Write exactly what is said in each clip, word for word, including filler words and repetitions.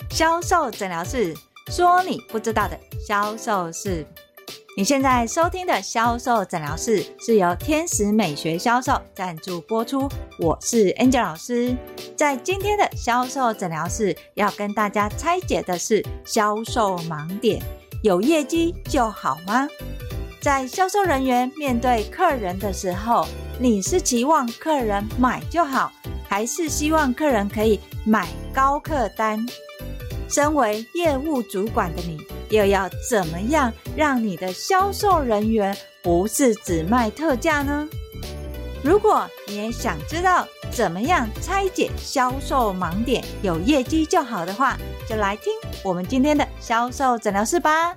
销售诊疗室，说你不知道的销售事。你现在收听的销售诊疗室是由天使美学销售赞助播出，我是 Angel 老师。在今天的销售诊疗室要跟大家拆解的是销售盲点，有业绩就好吗？在销售人员面对客人的时候，你是期望客人买就好，还是希望客人可以买高客单？身为业务主管的你，又要怎么样让你的销售人员不是只卖特价呢？如果你也想知道怎么样拆解销售盲点，有业绩就好的话，就来听我们今天的销售诊疗室吧。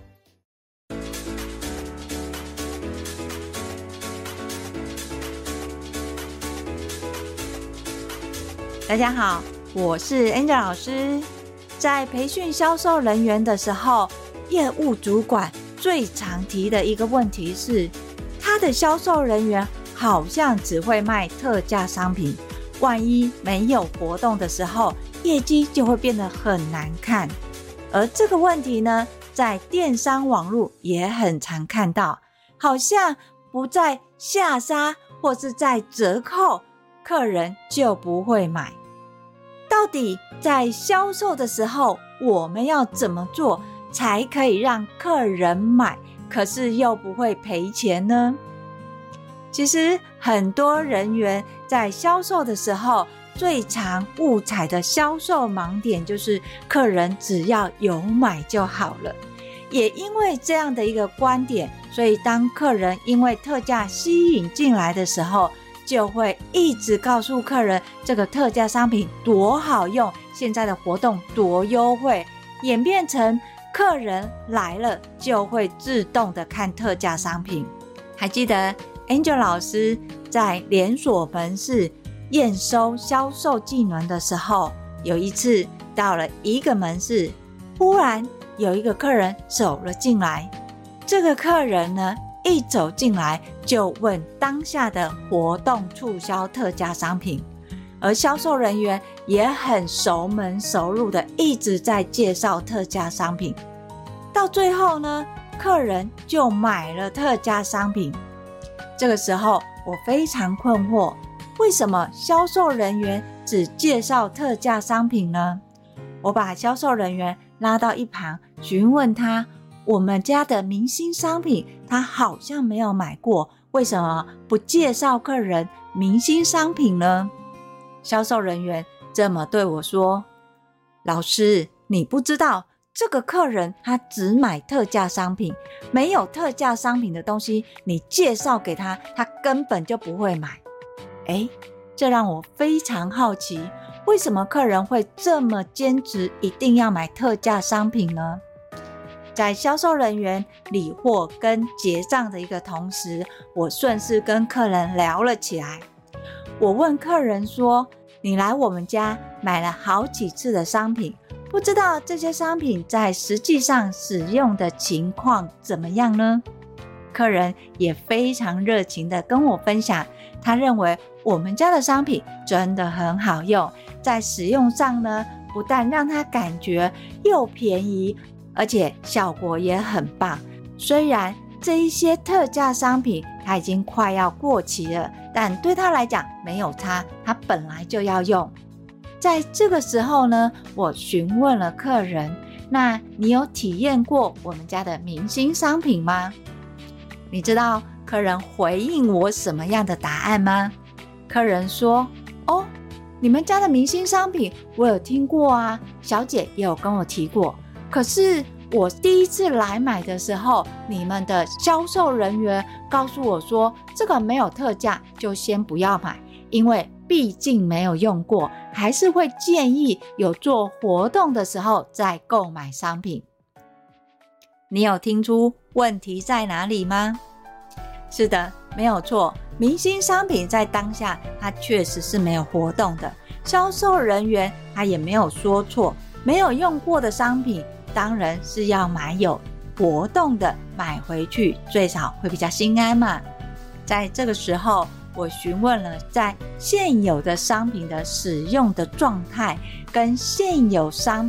大家好，我是 Angel 老师。在培训销售人员的时候，业务主管最常提的一个问题是，他的销售人员好像只会卖特价商品，万一没有活动的时候，业绩就会变得很难看。而这个问题呢，在电商网络也很常看到，好像不在下杀或是在折扣，客人就不会买。到底在销售的时候，我们要怎么做才可以让客人买，可是又不会赔钱呢？其实很多人员在销售的时候，最常误踩的销售盲点就是客人只要有买就好了。也因为这样的一个观点，所以当客人因为特价吸引进来的时候，就会一直告诉客人这个特价商品多好用，现在的活动多优惠，演变成客人来了就会自动的看特价商品。还记得 Angel 老师在连锁门市验收销售技能的时候，有一次到了一个门市，忽然有一个客人走了进来。这个客人呢，一走进来就问当下的活动促销特价商品，而销售人员也很熟门熟路的一直在介绍特价商品。到最后呢，客人就买了特价商品。这个时候我非常困惑，为什么销售人员只介绍特价商品呢？我把销售人员拉到一旁，询问他，我们家的明星商品他好像没有买过，为什么不介绍客人明星商品呢？销售人员这么对我说，老师，你不知道这个客人他只买特价商品，没有特价商品的东西你介绍给他，他根本就不会买。诶，这让我非常好奇，为什么客人会这么坚持一定要买特价商品呢？在销售人员理货跟结账的一个同时，我顺势跟客人聊了起来。我问客人说，你来我们家买了好几次的商品，不知道这些商品在实际上使用的情况怎么样呢？客人也非常热情的跟我分享，他认为我们家的商品真的很好用，在使用上呢，不但让他感觉又便宜，而且效果也很棒。虽然这一些特价商品它已经快要过期了，但对他来讲没有差，他本来就要用。在这个时候呢，我询问了客人，那你有体验过我们家的明星商品吗？你知道客人回应我什么样的答案吗？客人说，哦，你们家的明星商品我有听过啊，小姐也有跟我提过，可是我第一次来买的时候，你们的销售人员告诉我说，这个没有特价就先不要买，因为毕竟没有用过，还是会建议有做活动的时候再购买商品。你有听出问题在哪里吗？是的，没有错，明星商品在当下它确实是没有活动的，销售人员他也没有说错，没有用过的商品当然是要买有活动的，买回去最少会比较心安嘛。在这个时候，我询问了在现有的商品的使用的状态，跟现有商品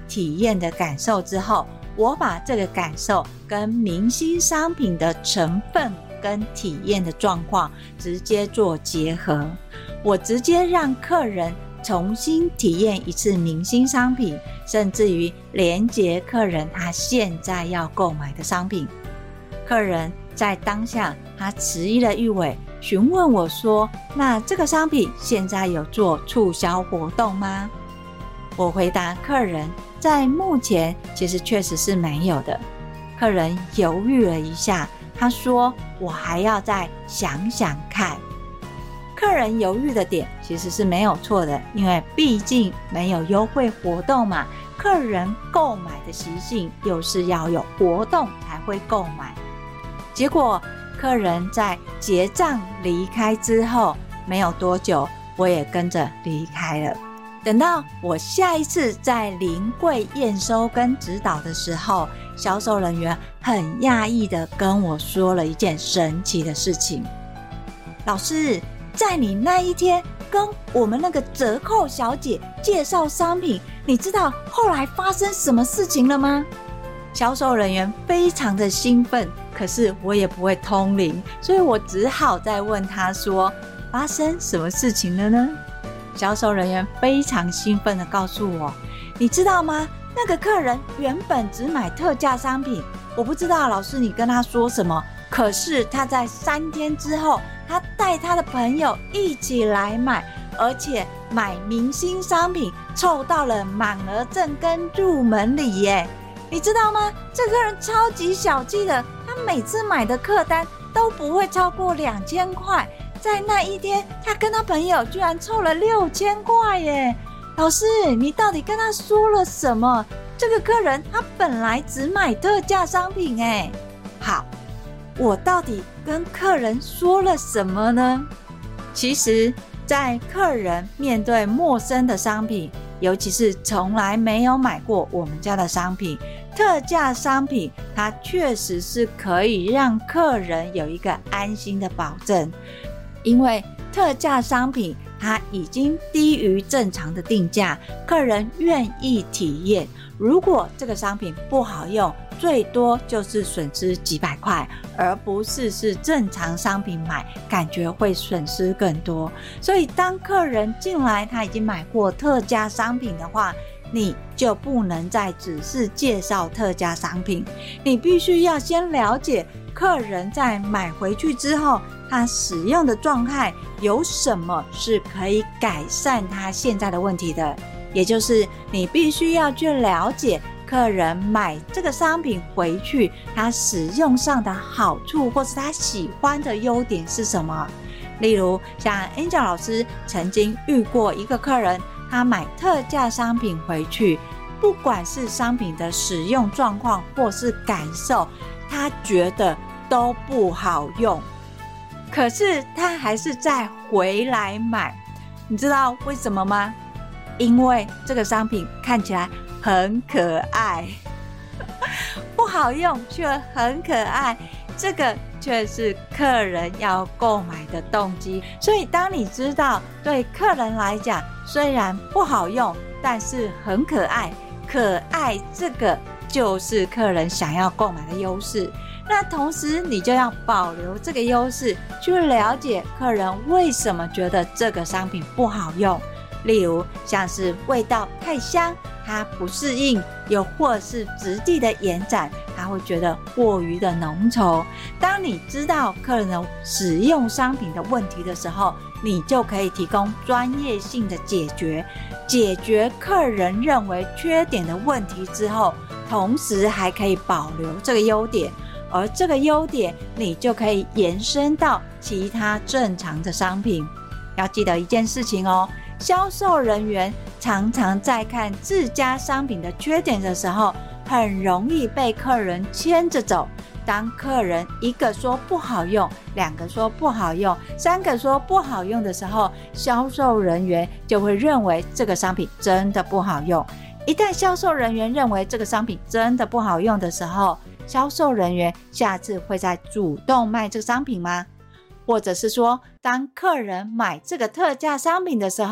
体验的感受之后，我把这个感受跟明星商品的成分跟体验的状况直接做结合，我直接让客人重新体验一次明星商品，甚至于连结客人他现在要购买的商品。客人在当下他迟疑了一尾，询问我说，那这个商品现在有做促销活动吗？我回答客人，在目前其实确实是没有的。客人犹豫了一下，他说，我还要再想想看。客人犹豫的点其实是没有错的，因为毕竟没有优惠活动嘛，客人购买的习性又是要有活动才会购买。结果客人在结账离开之后没有多久，我也跟着离开了。等到我下一次在临柜验收跟指导的时候，销售人员很讶异的跟我说了一件神奇的事情。老师，在你那一天跟我们那个折扣小姐介绍商品，你知道后来发生什么事情了吗？销售人员非常的兴奋，可是我也不会通灵，所以我只好再问他说，发生什么事情了呢？销售人员非常兴奋的告诉我，你知道吗？那个客人原本只买特价商品，我不知道老师你跟他说什么，可是他在三天之后，他带他的朋友一起来买，而且买明星商品凑到了满额赠跟入门礼耶。你知道吗？这个人超级小气的，他每次买的客单都不会超过两千块，在那一天他跟他朋友居然凑了六千块耶。老师，你到底跟他说了什么？这个客人他本来只买特价商品耶。好，我到底跟客人说了什么呢？其实在客人面对陌生的商品，尤其是从来没有买过我们家的商品，特价商品它确实是可以让客人有一个安心的保证，因为特价商品它已经低于正常的定价，客人愿意体验。如果这个商品不好用，最多就是损失几百块，而不是是正常商品买，感觉会损失更多。所以当客人进来他已经买过特价商品的话，你就不能再只是介绍特价商品，你必须要先了解客人在买回去之后他使用的状态有什么是可以改善他现在的问题的，也就是你必须要去了解客人买这个商品回去他使用上的好处，或是他喜欢的优点是什么。例如像 Angel 老师曾经遇过一个客人，他买特价商品回去，不管是商品的使用状况或是感受，他觉得都不好用，可是他还是再回来买。你知道为什么吗？因为这个商品看起来很可爱，不好用却很可爱，这个却是客人要购买的动机。所以当你知道对客人来讲虽然不好用，但是很可爱，可爱这个就是客人想要购买的优势，那同时你就要保留这个优势，去了解客人为什么觉得这个商品不好用。例如像是味道太香他不适应，又或是质地的延展他会觉得过于的浓稠。当你知道客人的使用商品的问题的时候，你就可以提供专业性的解决，解决客人认为缺点的问题之后，同时还可以保留这个优点，而这个优点你就可以延伸到其他正常的商品。要记得一件事情哦，销售人员常常在看自家商品的缺点的时候，很容易被客人牵着走。当客人一个说不好用，两个说不好用，三个说不好用的时候，销售人员就会认为这个商品真的不好用。一旦销售人员认为这个商品真的不好用的时候，销售人员下次会再主动卖这个商品吗？或者是说当客人买这个特价商品的时候，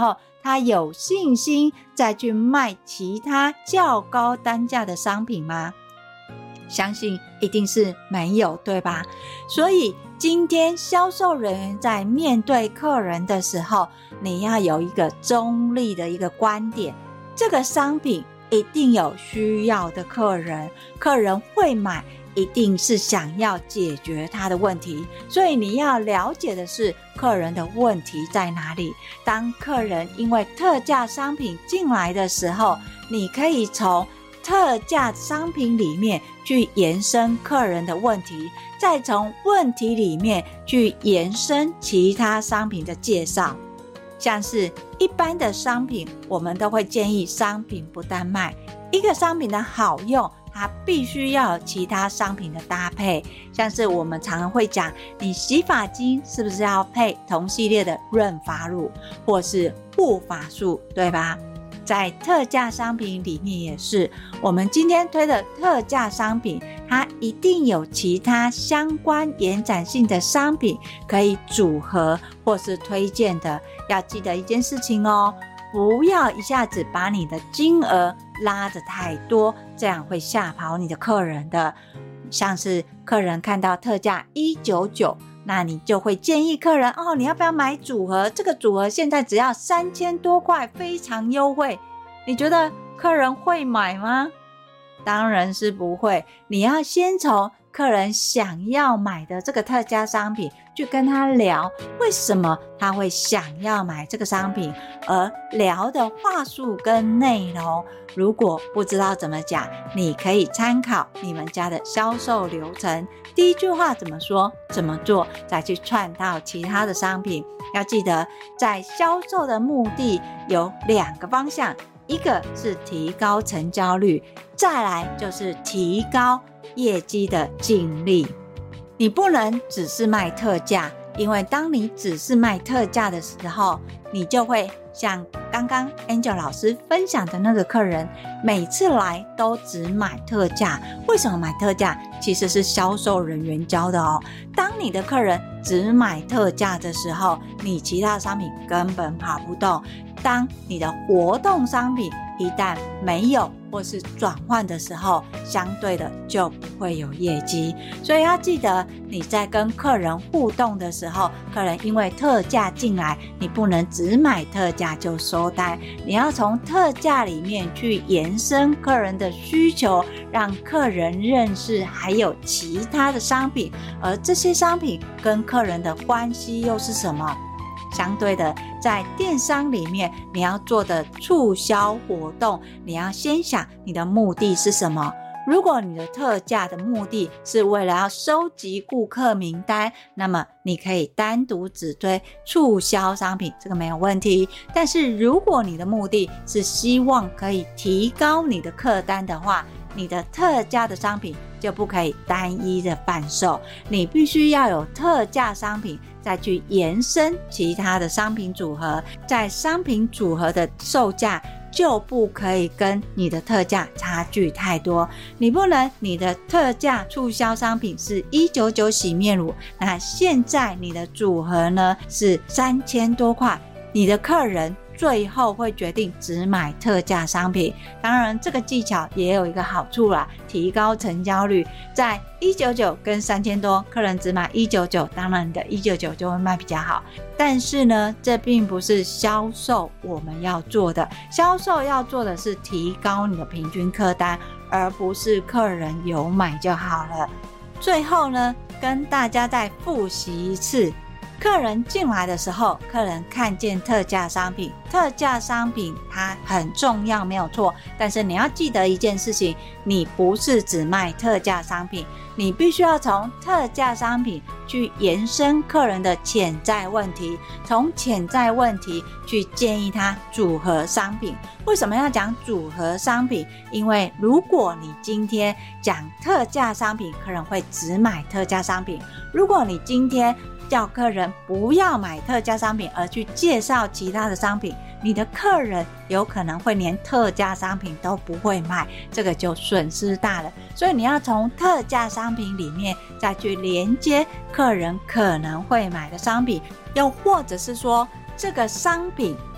他有信心再去卖其他较高单价的商品吗？相信一定是没有，对吧？所以今天销售人员在面对客人的时候，你要有一个中立的一个观点，这个商品一定有需要的客人，客人会买，一定是想要解决他的问题，所以你要了解的是客人的问题在哪里。当客人因为特价商品进来的时候，你可以从特价商品里面去延伸客人的问题，再从问题里面去延伸其他商品的介绍。像是一般的商品，我们都会建议商品不单卖，一个商品的好用，它必须要有其他商品的搭配。像是我们常常会讲，你洗发精是不是要配同系列的润发乳或是护发素，对吧？在特价商品里面也是，我们今天推的特价商品，它一定有其他相关延展性的商品可以组合或是推荐的。要记得一件事情哦，不要一下子把你的金额拉得太多，这样会吓跑你的客人的。像是客人看到特价一百九十九，那你就会建议客人哦，你要不要买组合？这个组合现在只要三千多块，非常优惠。你觉得客人会买吗？当然是不会。你要先从客人想要买的这个特价商品去跟他聊，为什么他会想要买这个商品，而聊的话术跟内容，如果不知道怎么讲，你可以参考你们家的销售流程，第一句话怎么说怎么做，再去串到其他的商品。要记得在销售的目的有两个方向，一个是提高成交率，再来就是提高业绩的净利。你不能只是卖特价，因为当你只是卖特价的时候，你就会像刚刚 Angel 老师分享的那个客人，每次来都只买特价。为什么买特价？其实是销售人员教的哦。当你的客人只买特价的时候，你其他商品根本跑不动。当你的活动商品一旦没有或是转换的时候，相对的就不会有业绩。所以要记得你在跟客人互动的时候，客人因为特价进来，你不能只买特价就收单，你要从特价里面去延伸客人的需求，让客人认识还有其他的商品，而这些商品跟客人的关系又是什么？相对的，在电商里面你要做的促销活动，你要先想你的目的是什么。如果你的特价的目的是为了要收集顾客名单，那么你可以单独只推促销商品，这个没有问题。但是如果你的目的是希望可以提高你的客单的话，你的特价的商品就不可以单一的贩售，你必须要有特价商品，再去延伸其他的商品组合，在商品组合的售价就不可以跟你的特价差距太多。你不能你的特价促销商品是一百九十九洗面乳，那现在你的组合呢是三千多块，你的客人最后会决定只买特价商品。当然这个技巧也有一个好处啦，提高成交率。在一百九十九跟三千多，客人只买一百九十九，当然你的一百九十九就会卖比较好。但是呢，这并不是销售我们要做的，销售要做的是提高你的平均客单，而不是客人有买就好了。最后呢，跟大家再复习一次，客人进来的时候，客人看见特价商品，特价商品它很重要没有错，但是你要记得一件事情，你不是只卖特价商品，你必须要从特价商品去延伸客人的潜在问题，从潜在问题去建议他组合商品。为什么要讲组合商品？因为如果你今天讲特价商品，客人会只买特价商品。如果你今天叫客人不要买特价商品，而去介绍其他的商品，你的客人有可能会连特价商品都不会买，这个就损失大了。所以你要从特价商品里面再去连接客人可能会买的商品，又或者是说这个商品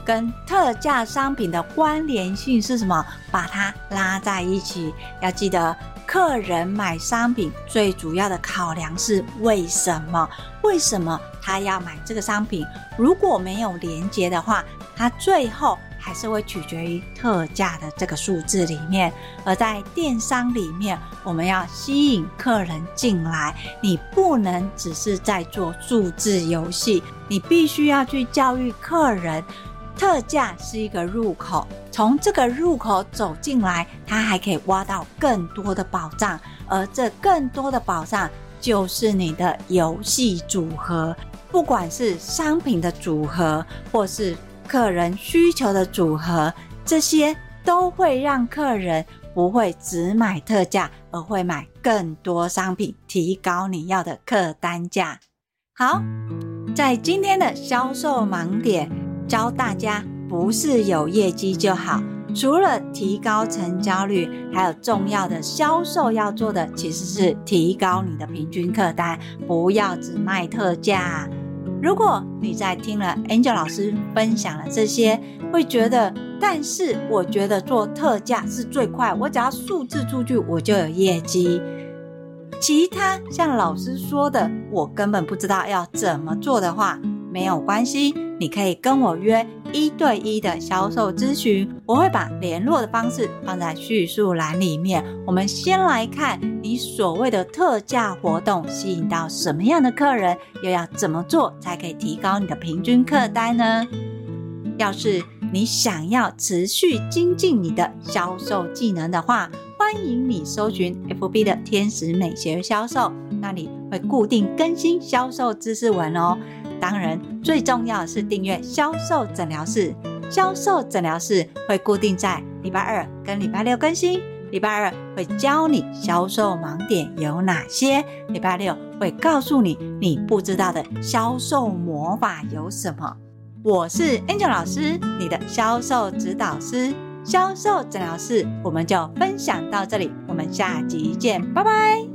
跟特价商品的关联性是什么？把它拉在一起。要记得，客人买商品最主要的考量是为什么？为什么他要买这个商品？如果没有连结的话，他最后还是会取决于特价的这个数字里面。而在电商里面，我们要吸引客人进来，你不能只是在做数字游戏，你必须要去教育客人，特价是一个入口，从这个入口走进来，它还可以挖到更多的宝藏，而这更多的宝藏就是你的游戏组合，不管是商品的组合或是客人需求的组合，这些都会让客人不会只买特价，而会买更多商品，提高你要的客单价。好，在今天的销售盲点教大家，不是有业绩就好，除了提高成交率，还有重要的销售要做的其实是提高你的平均客单，不要只卖特价。如果你在听了 Angel 老师分享了这些，会觉得但是我觉得做特价是最快，我只要数字出去我就有业绩，其他像老师说的我根本不知道要怎么做的话，没有关系，你可以跟我约一对一的销售咨询，我会把联络的方式放在叙述栏里面。我们先来看你所谓的特价活动吸引到什么样的客人，又要怎么做才可以提高你的平均客单呢？要是你想要持续精进你的销售技能的话，欢迎你搜寻 F B 的天使美学销售，那里会固定更新销售知识文哦。当然最重要的是订阅销售诊疗室，销售诊疗室会固定在礼拜二跟礼拜六更新，礼拜二会教你销售盲点有哪些，礼拜六会告诉你你不知道的销售魔法有什么。我是 Angel 老师，你的销售指导师，销售诊疗室我们就分享到这里，我们下集见，拜拜。